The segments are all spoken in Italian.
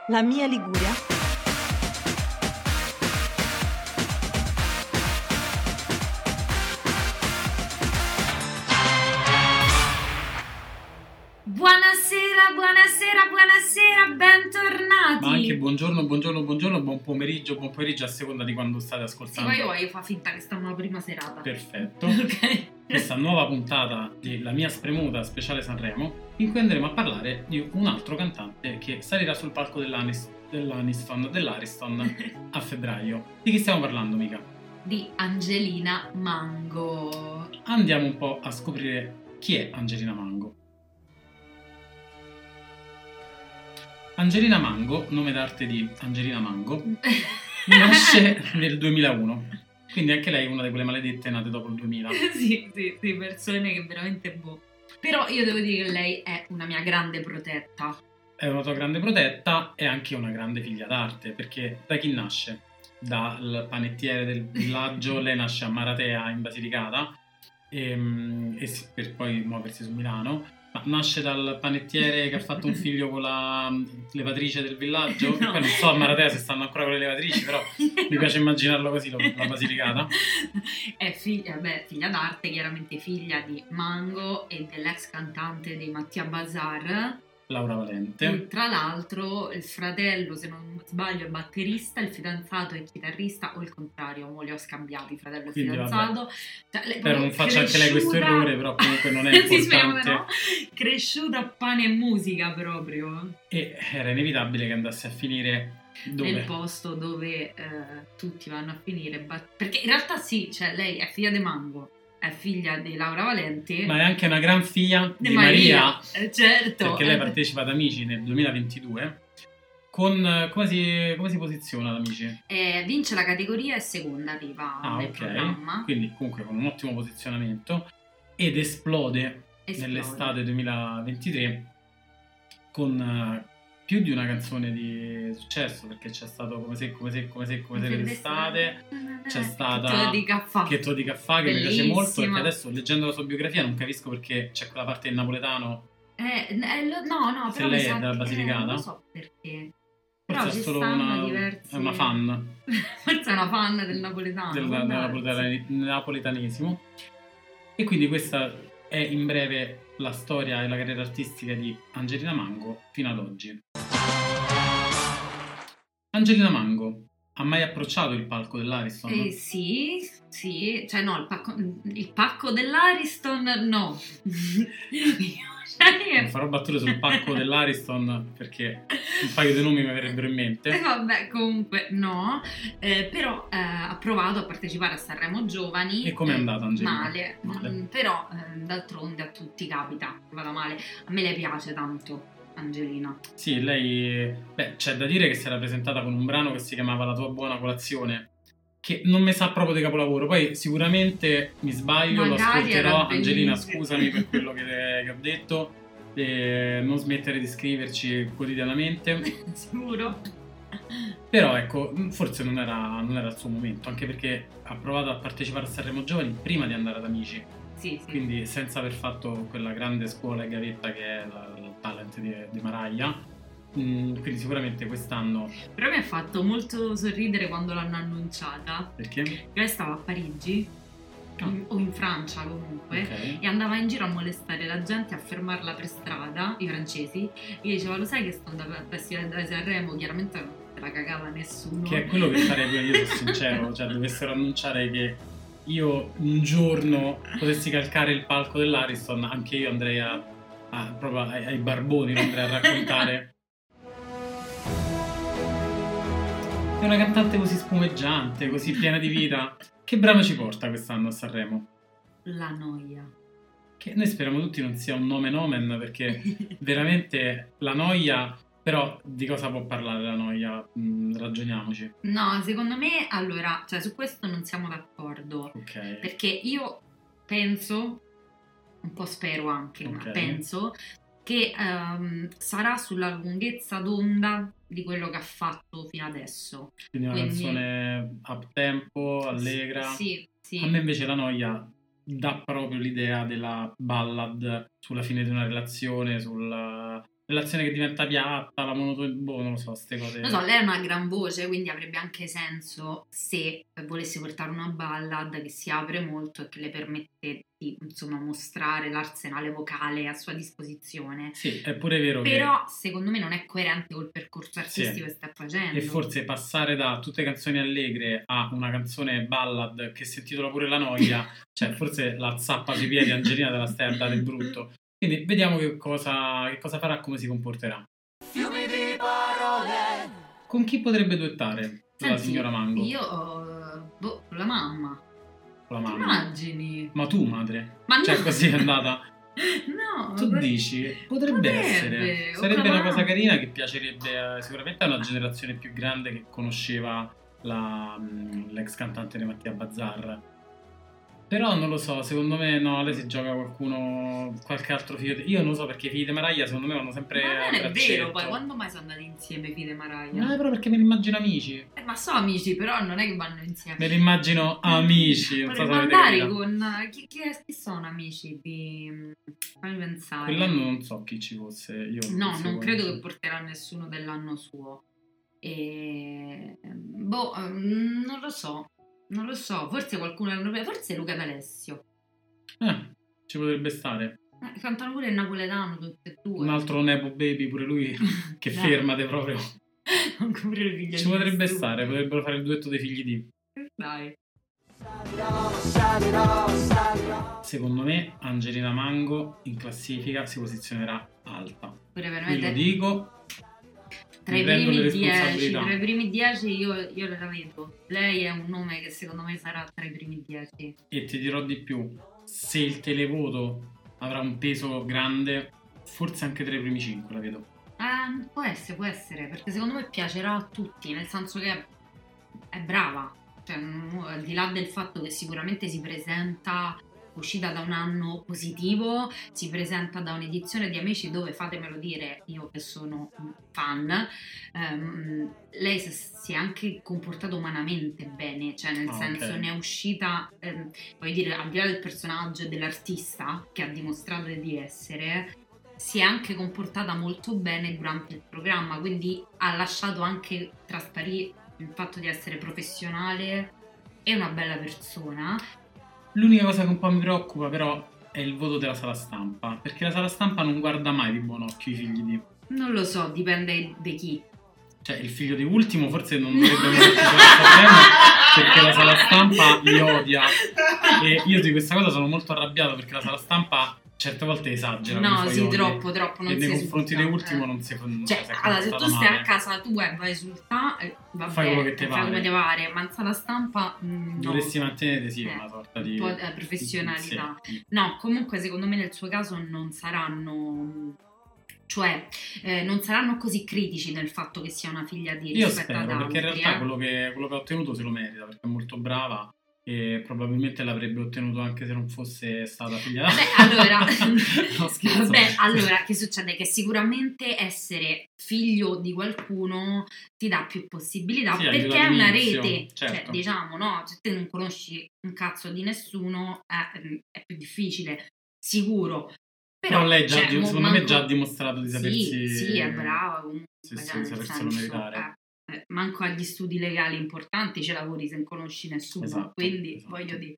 La mia Liguria. Buonasera, bentornati! Ma anche buongiorno, buon pomeriggio a seconda di quando state Sì, ascoltando. poi io voglio fare finta che stiamo alla prima serata. Perfetto. Ok. Questa nuova puntata di La mia spremuta speciale Sanremo, in cui andremo a parlare di un altro cantante che salirà sul palco dell'Ariston a febbraio. Di chi stiamo parlando, mica? Di Angelina Mango. Andiamo un po' a scoprire chi è Angelina Mango. Angelina Mango, nome d'arte di Angelina Mango, nasce nel 2001, quindi anche lei è una di quelle maledette nate dopo il 2000. Sì, persone che veramente boh. Però io devo dire che lei è una mia grande protetta. È una tua grande protetta e anche una grande figlia d'arte, perché da chi nasce? Dal panettiere del villaggio, lei nasce a Maratea in Basilicata per poi muoversi su Milano. Ma nasce dal panettiere che ha fatto un figlio con la levatrice del villaggio? No. Poi non so a Maratea se stanno ancora con le levatrici, però mi piace immaginarlo così, la Basilicata. È figlia d'arte, chiaramente figlia di Mango e dell'ex cantante di Mattia Bazar. Laura Valente. E tra l'altro il fratello, se non sbaglio, è batterista, il fidanzato è chitarrista, o il contrario, mo li ho scambiati, fratello e Quindi, fidanzato. Cioè, Spero non faccia anche lei questo errore, però comunque non è sì, speriamo importante. no. Cresciuta a pane e musica proprio. E era inevitabile che andasse a finire dove? Nel posto dove tutti vanno a finire. Perché in realtà sì, cioè lei è figlia di Mango, è figlia di Laura Valente, Ma è anche una gran figlia di Maria. Certo. Perché lei partecipa ad Amici nel 2022 con come si posiziona ad Amici? Vince la categoria e seconda arriva nel programma. Quindi comunque con un ottimo posizionamento ed esplode nell'estate 2023 con più di una canzone di successo, perché c'è stato come se l'estate, c'è stata Che tu dica fa, che mi piace molto, perché adesso leggendo la sua biografia non capisco perché c'è quella parte in napoletano. No, se però lei è della Basilicata, non so perché. Forse Però è ci solo stanno diversi. è una fan Forse è una fan del napoletano. del napoletanesimo. E quindi questa è in breve la storia e la carriera artistica di Angelina Mango fino ad oggi. Angelina Mango ha mai approcciato il palco dell'Ariston? Sì, cioè no, il pacco dell'Ariston no. Non farò battute sul palco dell'Ariston perché un paio di nomi mi verrebbero in mente. Vabbè, comunque no, però ha provato a partecipare a Sanremo Giovani. E com'è andata Angelina? Male. Però d'altronde a tutti capita, vada male. A me le piace tanto Angelina. Sì, lei, c'è da dire che si era presentata con un brano che si chiamava La tua buona colazione, che non mi sa proprio di capolavoro, poi sicuramente mi sbaglio, magari lo ascolterò. Angelina, bellissimo. scusami per quello che ho detto, non smettere di scriverci quotidianamente. Sicuro? Però ecco, forse non era il suo momento, anche perché ha provato a partecipare a Sanremo Giovani prima di andare ad Amici. Sì. Quindi senza aver fatto quella grande scuola e gavetta che è il talent di Mariah. Quindi sicuramente quest'anno. Però mi ha fatto molto sorridere quando l'hanno annunciata. Perché? Lei stava a Parigi o in Francia comunque, Okay. e andava in giro a molestare la gente, a fermarla per strada, i francesi, e gli diceva: lo sai che sto andando al Festival di Sanremo? Chiaramente non te la cagava nessuno. Che è quello che farei prima, io sono sincero, cioè dovessero annunciare che io un giorno potessi calcare il palco dell'Ariston, anche io andrei proprio ai barboni, andrei a raccontare. È una cantante così spumeggiante, così piena di vita. Che brano ci porta quest'anno a Sanremo? La noia. Che noi speriamo tutti non sia un nomen omen, perché veramente la noia. Però di cosa può parlare la noia? Ragioniamoci. No, secondo me, allora, cioè su questo non siamo d'accordo. Ok. Perché io penso, un po' spero anche, ma Ok. penso che sarà sulla lunghezza d'onda di quello che ha fatto fino adesso. Quindi una canzone up tempo, allegra. Sì. A me invece la noia dà proprio l'idea della ballad sulla fine di una relazione, sulla relazione che diventa piatta, la monotonia, non lo so, queste cose. Non so, lei è una gran voce, quindi avrebbe anche senso se volesse portare una ballad che si apre molto e che le permette di, insomma, mostrare l'arsenale vocale a sua disposizione. Sì, è pure vero però secondo me non è coerente col percorso artistico che sta facendo. E forse passare da tutte canzoni allegre a una canzone ballad che si intitola pure La Noia, cioè forse la zappa sui piedi Angelina te la stai a dare brutto. Quindi vediamo che cosa farà, come si comporterà. Fiumi di parole. Con chi potrebbe duettare la signora Mango? Io con la mamma. Con la mamma. Immagini. Ma tu, madre? Ma cioè no. Così è andata. No. Tu dici? Potrebbe essere. Sarebbe una cosa carina che piacerebbe sicuramente a una generazione più grande che conosceva l'ex cantante di Mattia Bazzar. Però non lo so, secondo me no, lei si gioca qualche altro figlio. Io non lo so, perché i figli di Mariah secondo me vanno sempre. Ma non è vero, poi quando mai sono andati insieme i figli di Mariah? No, però perché me li immagino amici. Ma sono amici, però non è che vanno insieme. Me li immagino amici. Non so se andare con chi sono amici di. Fammi pensare. Quell'anno non so chi ci fosse. Io non credo che porterà nessuno dell'anno suo. Non lo so. Non lo so, forse qualcuno forse Luca D'Alessio. Ci potrebbe stare. Cantano pure il napoletano tutti e due. Un altro Nepo Baby pure lui che fermate proprio. Pure le figlie ci potrebbe stare, potrebbero fare il duetto dei figli di. Dai. Secondo me Angelina Mango in classifica si posizionerà alta. Pure per me lo dico. Tra i primi 10 io la vedo. Lei è un nome che secondo me sarà tra i primi 10. E ti dirò di più, se il televoto avrà un peso grande, forse anche tra i primi 5 la vedo. Può essere, perché secondo me piacerà a tutti, nel senso che è brava. Cioè, al di là del fatto che sicuramente si presenta uscita da un anno positivo, si presenta da un'edizione di Amici dove, fatemelo dire, io che sono fan, lei si è anche comportata umanamente bene, cioè nel senso ne è uscita, voglio dire, al di là del personaggio e dell'artista che ha dimostrato di essere, si è anche comportata molto bene durante il programma, quindi ha lasciato anche trasparire il fatto di essere professionale e una bella persona. L'unica cosa che un po' mi preoccupa però è il voto della sala stampa, perché la sala stampa non guarda mai di buon occhio i figli di. Non lo so, dipende di chi. Cioè il figlio di Ultimo forse non dovrebbe mettere perché la sala stampa li odia, e io di questa cosa sono molto arrabbiato perché la sala stampa certe volte esagera. No, sì, troppo non e nei confronti di Ultimo non si cioè, allora, se tu stai a casa tua e vai sul fai quello che ti fai come ti pare, ma in sala stampa dovresti mantenere una sorta di un po' di professionalità. Sì. No, comunque secondo me nel suo caso non saranno, cioè non saranno così critici nel fatto che sia una figlia di rispetto ad altri. Perché in realtà quello che ha ottenuto se lo merita, perché è molto brava e probabilmente l'avrebbe ottenuto anche se non fosse stata figlia. Allora che succede? Che sicuramente essere figlio di qualcuno ti dà più possibilità, perché è una rete, certo. Cioè, diciamo, no? Se te non conosci un cazzo di nessuno è più difficile, sicuro. Però lei secondo me già ha dimostrato di sapersi. Sì, è brava comunque. Di saperselo meritare. Manco agli studi legali importanti ce lavori se non conosci nessuno, quindi voglio dire.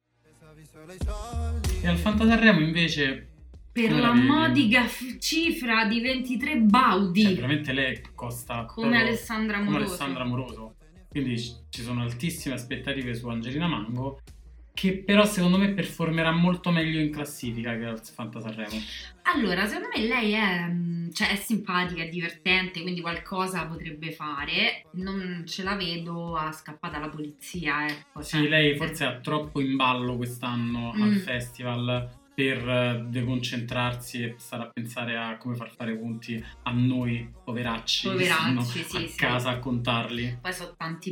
E al Fantasanremo invece, per la modica cifra di 23 baudi, cioè, veramente lei costa come Alessandra Amoroso, quindi ci sono altissime aspettative su Angelina Mango, che però secondo me performerà molto meglio in classifica che al Fantasanremo. Allora, secondo me lei è simpatica, è divertente, quindi qualcosa potrebbe fare. Non ce la vedo a scappare dalla polizia, ecco. Sì, lei forse ha troppo in ballo quest'anno al festival per deconcentrarsi e stare a pensare a come far fare punti a noi poveracci a casa a contarli. Poi sono tanti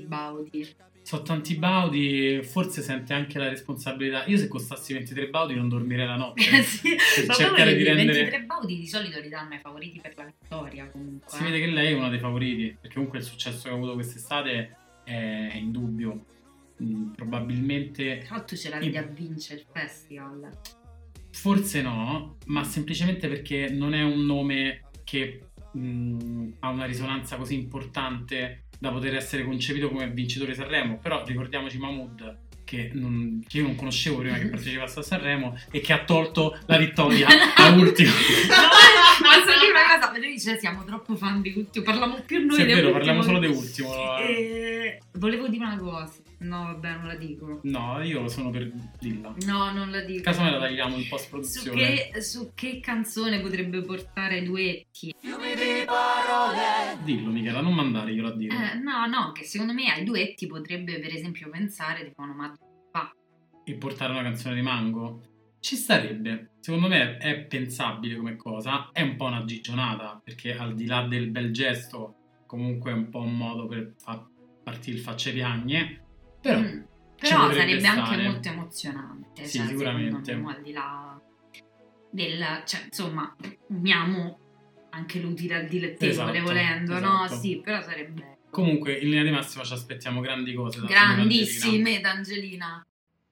baudi, forse sente anche la responsabilità. Io se costassi 23 baudi non dormirei la notte. Sì, per cercare di rendere 23 baudi di solito li danno ai favoriti per la vittoria comunque. Si vede che lei è uno dei favoriti, perché comunque il successo che ha avuto quest'estate è indubbio. Probabilmente tra l'altro ce l'avete a vincere il festival. Forse no, ma semplicemente perché non è un nome che ha una risonanza così importante da poter essere concepito come vincitore di Sanremo. Però ricordiamoci Mahmood, che io non conoscevo prima che partecipasse a Sanremo e che ha tolto la vittoria a Ultimo. Ma so dire una cosa, noi dice siamo troppo fan di Ultimo, parliamo più noi di Ultimo. Parliamo solo di Ultimo. Volevo dire una cosa. No, vabbè, non la dico. No, io sono per dirla. No, non la dico. Casomai la tagliamo in post-produzione. Su che canzone potrebbe portare duetti? Fiumi di parole. Dillo Michela, non mandare io a dire. No, che secondo me ai duetti potrebbe per esempio pensare tipo Onomatopea e portare una canzone di Mango. Ci starebbe, secondo me è pensabile come cosa, è un po' una gigionata, perché al di là del bel gesto comunque è un po' un modo per far partire il facce piagne, però sarebbe stare anche molto emozionante, sì, cioè, sicuramente, me, al di là cioè insomma uniamo anche l'utile al dilettevole, volendo, no? Sì, però sarebbe comunque in linea di massima ci aspettiamo grandi cose da grandissime da Angelina.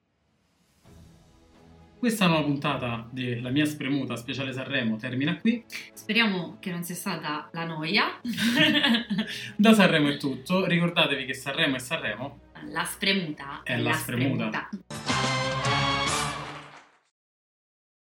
Questa nuova puntata della mia spremuta speciale Sanremo termina qui. Speriamo che non sia stata la noia. Da Sanremo è tutto. Ricordatevi che Sanremo è Sanremo. La spremuta è la spremuta.